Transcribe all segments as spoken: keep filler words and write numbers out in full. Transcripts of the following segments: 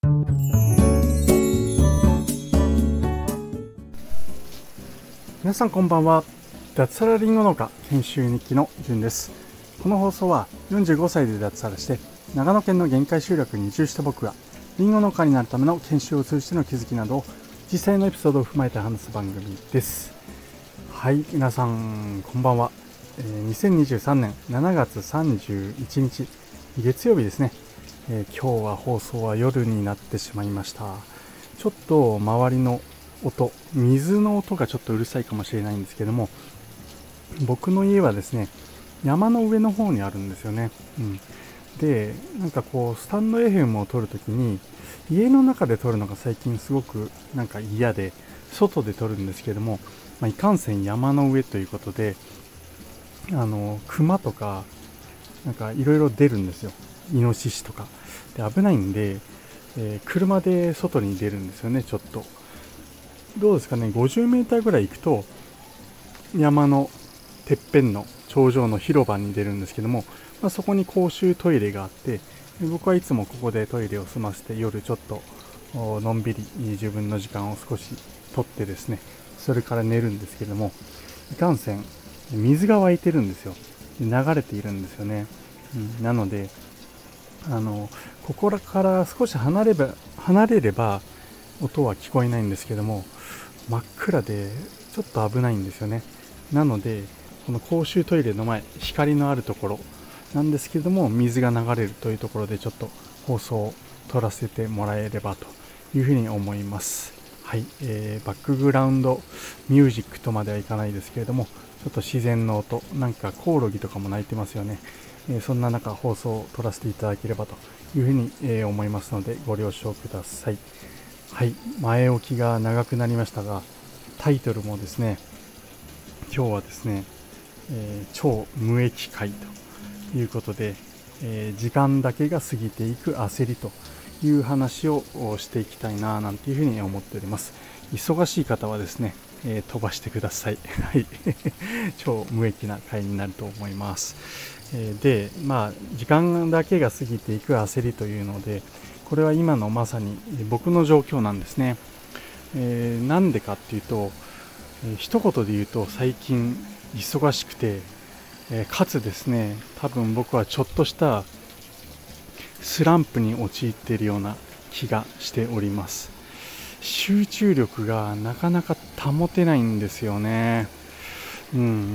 皆さんこんばんは。脱サラリンゴ農家研修日記のじゅんです。この放送はよんじゅうごさいで脱サラして長野県の限界集落に移住した僕がリンゴ農家になるための研修を通じての気づきなどを実際のエピソードを踏まえて話す番組です。はい、皆さんこんばんは。えー、にせんにじゅうさんねんしちがつさんじゅういちにち月曜日ですね。えー、今日は放送は夜になってしまいました。ちょっと周りの音、水の音がちょっとうるさいかもしれないんですけども、僕の家はですね、山の上の方にあるんですよね。うん、で、なんかこうスタンド エフエム を撮るときに家の中で撮るのが最近すごくなんか嫌で、外で撮るんですけども、まあ、いかんせん山の上ということで、あの熊とかなんかいろいろ出るんですよ。イノシシとかで危ないんで、えー、車で外に出るんですよね。ちょっとどうですかね、ごじゅうメーターぐらい行くと山のてっぺんの頂上の広場に出るんですけども、まあ、そこに公衆トイレがあって、僕はいつもここでトイレを済ませて夜ちょっとのんびり自分の時間を少し取ってですね、それから寝るんですけども、いかんせん水が湧いてるんですよ。流れているんですよね。うん、なのであのここから少し離れば離れれば音は聞こえないんですけども、真っ暗でちょっと危ないんですよね。なのでこの公衆トイレの前、光のあるところなんですけども、水が流れるというところでちょっと放送を撮らせてもらえればというふうに思います。はい、えー、バックグラウンドミュージックとまではいかないですけれども、ちょっと自然の音、なんかコオロギとかも鳴いてますよね。えー、そんな中放送を撮らせていただければというふうに、えー、思いますのでご了承ください。はい、前置きが長くなりましたが、タイトルもですね、今日はですね、えー、超無益会ということで、えー、時間だけが過ぎていく焦りという話をしていきたいななんていうふうに思っております。忙しい方はですね、えー、飛ばしてください。はい超無益な会になると思います。えー、で、まあ時間だけが過ぎていく焦りというので、これは今のまさに僕の状況なんですね。えー、なんでかっていうと、えー、一言で言うと最近忙しくて、えー、かつですね、多分僕はちょっとしたスランプに陥っているような気がしております。集中力がなかなか保てないんですよね。うん、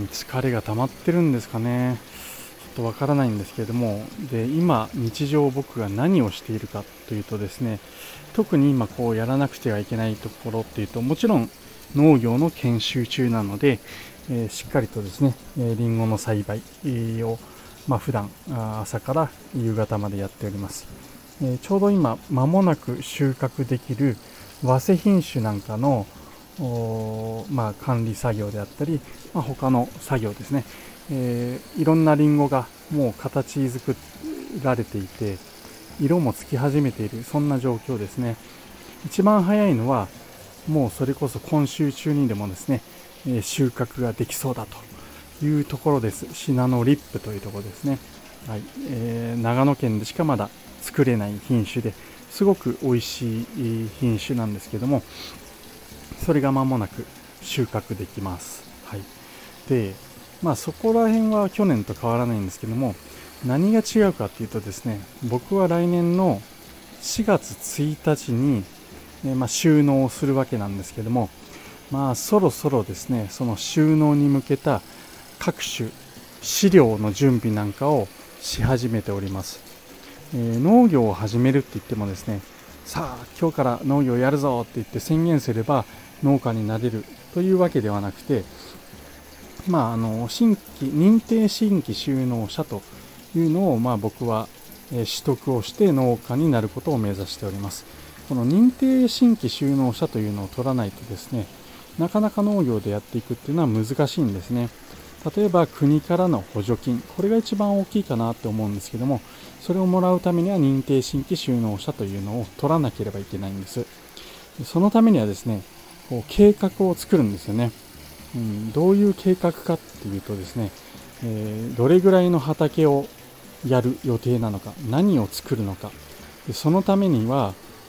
疲れが溜まってるんですかね。ちょっとわからないんですけれども、で今日常僕が何をしているかというとですね、特に今こうやらなくてはいけないところっていうと、もちろん農業の研修中なので、えー、しっかりとですね、えー、リンゴの栽培を、まあ、普段朝から夕方までやっております。えー、ちょうど今間もなく収穫できる早生品種なんかのまあ、管理作業であったり、まあ、他の作業ですね、えー、いろんなリンゴがもう形作られていて色もつき始めている、そんな状況ですね。一番早いのはもうそれこそ今週中にでもですね、えー、収穫ができそうだというところです。シナノリップというところですね。はい、えー、長野県でしかまだ作れない品種ですごく美味しい品種なんですけども、それが間もなく収穫できます。はい、で、まあそこら辺は去年と変わらないんですけども、何が違うかっていうとですね、僕は来年のしがつついたちに、えまあ、収納をするわけなんですけども、まあそろそろですね、その収納に向けた各種飼料の準備なんかをし始めております。えー、農業を始めるって言ってもですね、さあ今日から農業やるぞって言って宣言すれば農家になれるというわけではなくて、まあ、あの新規認定新規就農者というのを、まあ、僕は、えー、取得をして農家になることを目指しております。この認定新規就農者というのを取らないとですね、なかなか農業でやっていくっていうのは難しいんですね。例えば国からの補助金、これが一番大きいかなと思うんですけども、それをもらうためには認定新規就農者というのを取らなければいけないんです。そのためにはですね、こう計画を作るんですよね。うん、どういう計画かっていうとですね、えー、どれぐらいの畑をやる予定なのか、何を作るのか、でそのためには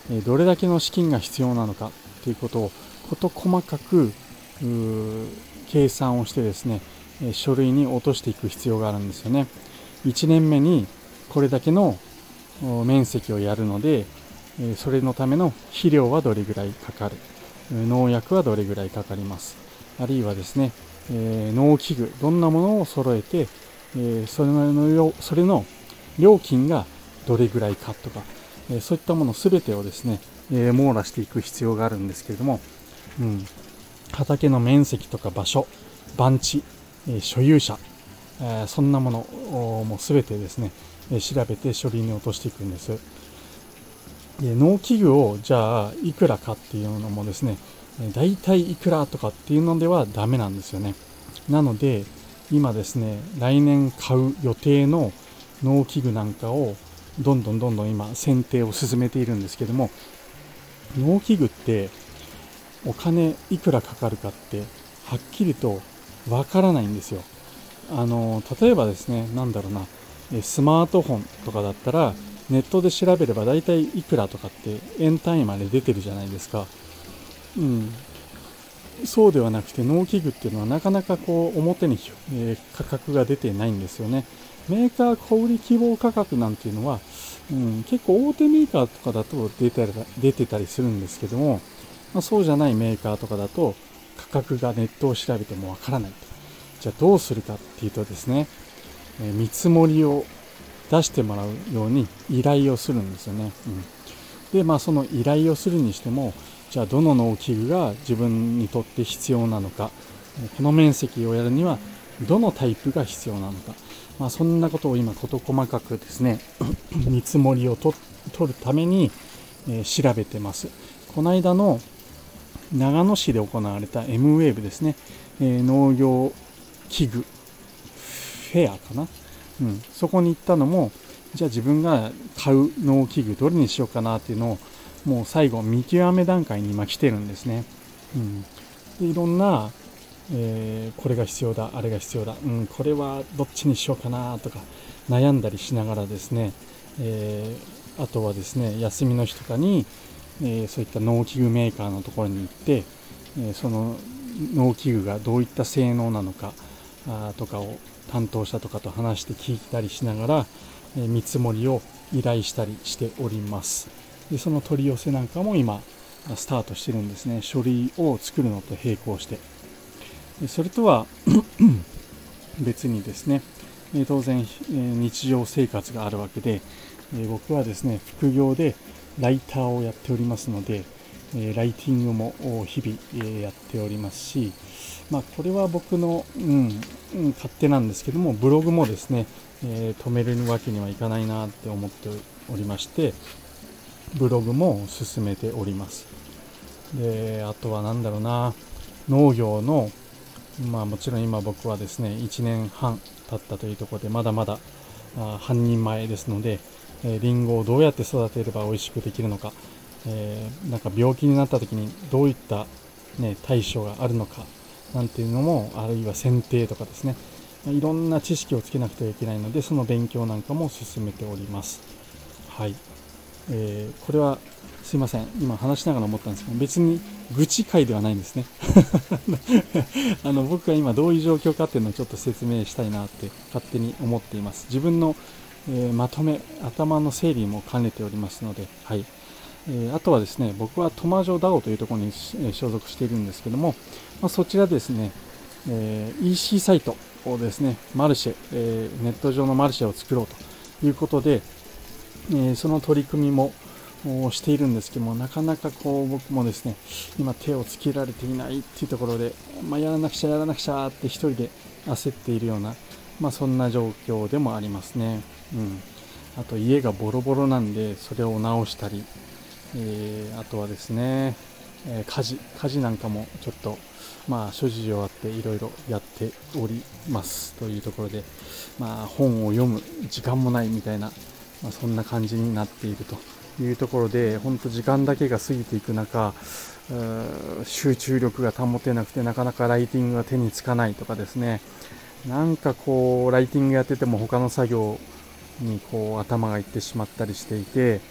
えどれだけの資金が必要なのかということを事細かく計算をしてですね、書類に落としていく必要があるんですよね。いちねんめにこれだけの面積をやるので、それのための肥料はどれぐらいかかる、農薬はどれぐらいかかります、あるいはですね、えー、農機具どんなものを揃えて、えー、それのそれの料金がどれぐらいかとか、えー、そういったものすべてをですね、えー、網羅していく必要があるんですけれども、うん、畑の面積とか場所、番地、えー、所有者、えー、そんなものをもうすべてですね、えー、調べて書類に落としていくんです。で農機具をじゃあいくらかっていうのもですね、だいたいいくらとかっていうのではダメなんですよね。なので今ですね、来年買う予定の農機具なんかをどんどんどんどん今選定を進めているんですけども、農機具ってお金いくらかかるかってはっきりとわからないんですよ。あの例えばですね、なんだろうな、スマートフォンとかだったらネットで調べればだいたいいくらとかって円単位まで出てるじゃないですか。うん、そうではなくて農機具っていうのはなかなかこう表に、えー、価格が出てないんですよね。メーカー小売希望価格なんていうのは、うん、結構大手メーカーとかだと出て出てたりするんですけども、まあ、そうじゃないメーカーとかだと価格がネットを調べてもわからないと。じゃあどうするかっていうとですね、えー、見積もりを出してもらうように依頼をするんですよね。うん、で、まあその依頼をするにしても、じゃあどの農機具が自分にとって必要なのか、この面積をやるにはどのタイプが必要なのか、まあ、そんなことを今事細かくですね見積もりをと取るために、えー、調べてます。この間の長野市で行われた エムウェーブ ですね、えー、農業器具フェアかな、うん、そこに行ったのも、じゃあ自分が買う農機具どれにしようかなっていうのをもう最後見極め段階に今来てるんですね。うん、でいろんな、えー、これが必要だあれが必要だ、うん、これはどっちにしようかなとか悩んだりしながらですね、えー、あとはですね休みの日とかに、えー、そういった農機具メーカーのところに行って、えー、その農機具がどういった性能なのかあとかを担当者とかと話して聞いたりしながら、えー、見積もりを依頼したりしております。でその取り寄せなんかも今スタートしてるんですね。書類を作るのと並行して、でそれとは別にですね、当然日常生活があるわけで、僕はですね副業でライターをやっておりますので、ライティングも日々やっておりますし、まあ、これは僕の、うんうん、勝手なんですけども、ブログもですね、えー、止めるわけにはいかないなって思っておりまして、ブログも進めております。であとはなんだろうな、農業の、まあもちろん今僕はですねいちねんはん経ったというところでまだまだあ半人前ですので、えー、リンゴをどうやって育てれば美味しくできるのか、えー、なんか病気になった時にどういった、ね、対処があるのかなんていうのも、あるいは剪定とかですね、いろんな知識をつけなくてはいけないので、その勉強なんかも進めております。はい、えー、これはすいません、今話しながら思ったんですけど、別に愚痴会ではないんですねあの僕が今どういう状況かっていうのをちょっと説明したいなって勝手に思っています。自分の、えー、まとめ、頭の整理も兼ねておりますので、はい。えー、あとはですね、僕はトマジョダオというところに所属しているんですけども、まあ、そちらですね、えー、イーシー サイトをですね、マルシェ、えー、ネット上のマルシェを作ろうということで、えー、その取り組みもしているんですけども、なかなかこう僕もですね今手をつけられていないっていうところで、まあ、やらなくちゃやらなくちゃって一人で焦っているような、まあ、そんな状況でもありますね。うん、あと家がボロボロなんでそれを直したり、えー、あとはですね、えー、家事家事なんかもちょっとまあ諸事情あっていろいろやっておりますというところで、まあ本を読む時間もないみたいな、まあ、そんな感じになっているというところで、本当時間だけが過ぎていく中、集中力が保てなくてなかなかライティングが手につかないとかですね、なんかこうライティングやってても他の作業にこう頭がいってしまったりしていて、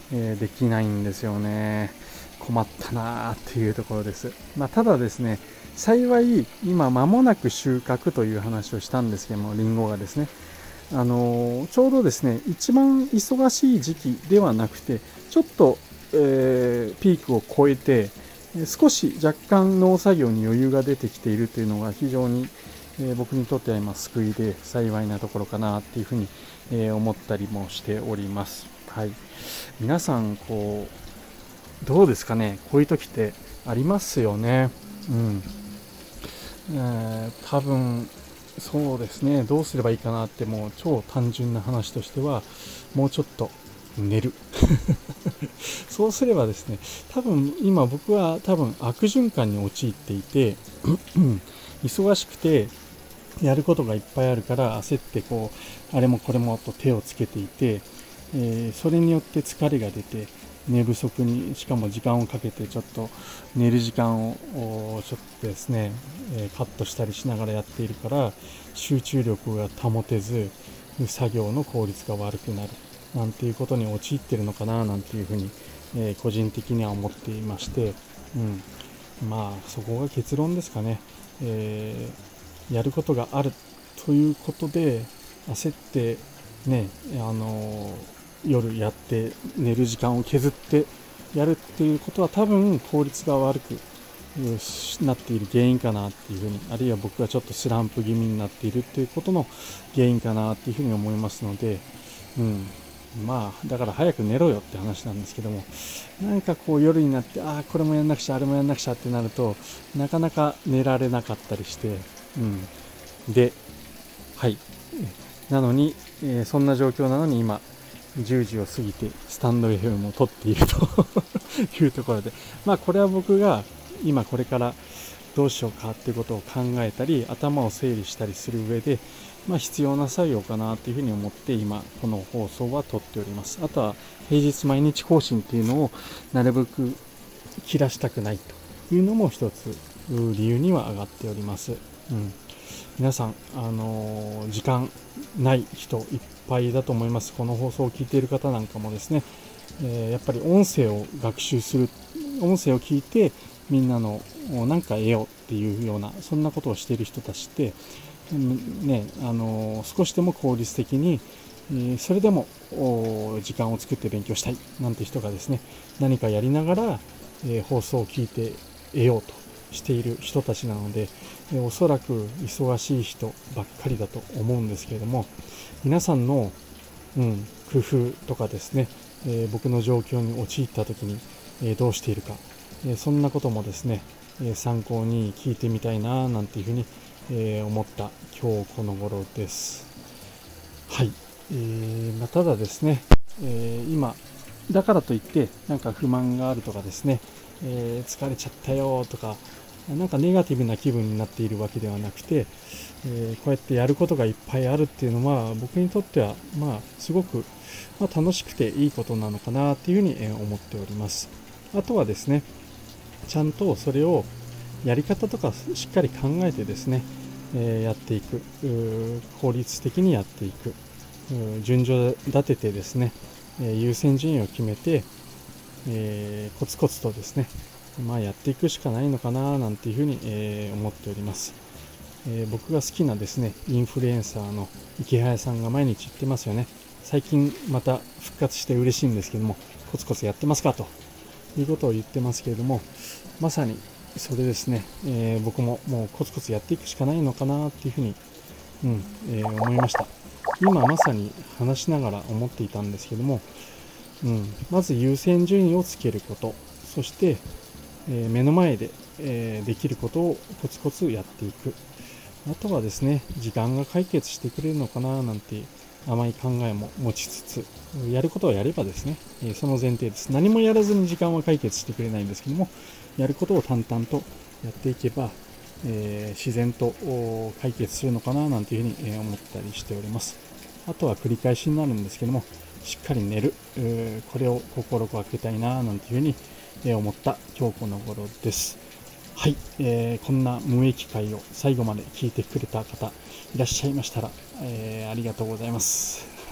えー、できないんですよね。困ったなーっていうところです。まあ、ただですね、幸い今間もなく収穫という話をしたんですけども、リンゴがですね、あのー、ちょうどですね、一番忙しい時期ではなくて、ちょっと、えー、ピークを超えて、少し若干農作業に余裕が出てきているというのが非常に、えー、僕にとっては今救いで幸いなところかなっていうふうに、えー、思ったりもしております。はい。皆さん、こう、どうですかね、こういう時ってありますよね。うん。えー、多分、そうですね、どうすればいいかなって、もう超単純な話としては、もうちょっと寝る。そうすればですね、多分今僕は多分悪循環に陥っていて、忙しくてやることがいっぱいあるから焦ってこうあれもこれもと手をつけていて、えー、それによって疲れが出て寝不足にしかも時間をかけてちょっと寝る時間をちょっとですね、えー、カットしたりしながらやっているから集中力が保てず作業の効率が悪くなるなんていうことに陥っているのかななんていうふうに、えー、個人的には思っていまして、うん、まあそこが結論ですかね。えー、やることがあるということで焦ってね、あのー、夜やって寝る時間を削ってやるっていうことは多分効率が悪くなっている原因かなっていうふうに、あるいは僕がちょっとスランプ気味になっているっていうことの原因かなっていうふうに思いますので、うん、まあだから早く寝ろよって話なんですけども、何かこう夜になってああこれもやんなくちゃあれもやんなくちゃってなるとなかなか寝られなかったりして、うん、ではいなのに、えー、そんな状況なのに今じゅうじを過ぎてスタンド エフエム を撮っているというところで、まあこれは僕が今これからどうしようかっていうことを考えたり頭を整理したりする上で、まあ、必要な作業かなというふうに思って今この放送は撮っております。あとは平日毎日更新っていうのをなるべく切らしたくないというのも一つ理由には上がっております。うん、皆さん、あのー、時間ない人いっぱいだと思います。この放送を聞いている方なんかもですね、えー、やっぱり音声を学習する、音声を聞いてみんなの何か得ようっていうようなそんなことをしている人たちって、ね、あのー、少しでも効率的に、えー、それでも時間を作って勉強したいなんて人がですね何かやりながら、えー、放送を聞いて得ようとしている人たちなので、えー、おそらく忙しい人ばっかりだと思うんですけれども、皆さんの、うん、工夫とかですね、えー、僕の状況に陥った時に、えー、どうしているか、えー、そんなこともですね、えー、参考に聞いてみたいななんていうふうに、えー、思った今日この頃です。はい、えーまあ、ただですね、えー、今だからといってなんか不満があるとかですね、えー、疲れちゃったよとかなんかネガティブな気分になっているわけではなくて、えー、こうやってやることがいっぱいあるっていうのは僕にとってはまあすごく、まあ、楽しくていいことなのかなっていうふうに思っております。あとはですね、ちゃんとそれをやり方とかしっかり考えてですね、えー、やっていく、効率的にやっていく、順序立ててですね、えー、優先順位を決めて、えー、コツコツとですね、まあ、やっていくしかないのかななんていうふうに、えー、思っております。えー、僕が好きなですねインフルエンサーの池早さんが毎日言ってますよね。最近また復活して嬉しいんですけども、コツコツやってますかということを言ってますけれども、まさにそれですね、えー、僕ももうコツコツやっていくしかないのかなっていうふうに、うんえー、思いました。今まさに話しながら思っていたんですけども、うん、まず優先順位をつけること、そして、えー、目の前で、えー、できることをコツコツやっていく。あとはですね、時間が解決してくれるのかななんて甘い考えも持ちつつ、やることをやればですね、えー、その前提です。何もやらずに時間は解決してくれないんですけども、やることを淡々とやっていけば、えー、自然と解決するのかななんていうふうに思ったりしております。あとは繰り返しになるんですけども、しっかり寝る、これを心がけたいななんていうふうに思った今日この頃です。はい、えー、こんな無益会を最後まで聞いてくれた方いらっしゃいましたら、えー、ありがとうございます。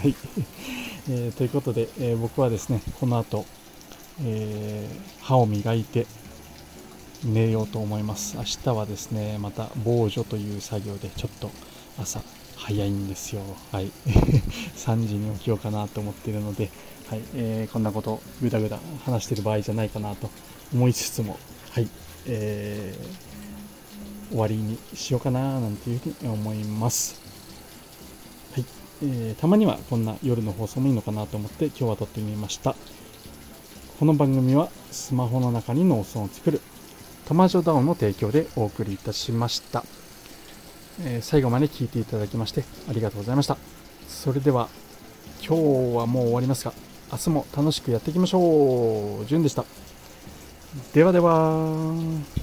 はい、えーということで、えー僕はですねこの後、えー歯を磨いて寝ようと思います。明日はですねまた防除という作業でちょっと朝早いんですよ。はい。さんじに起きようかなと思っているので、はい、えーこんなことぐだぐだ話してる場合じゃないかなと思いつつも、はい、えー終わりにしようかななんていうふうに思います。はい、えーたまにはこんな夜の放送もいいのかなと思って今日は撮ってみました。この番組はスマホの中に農村を作るトマジョダオの提供でお送りいたしました。えー最後まで聞いていただきましてありがとうございました。それでは今日はもう終わりますが、明日も楽しくやっていきましょう。じゅんでした。ではでは。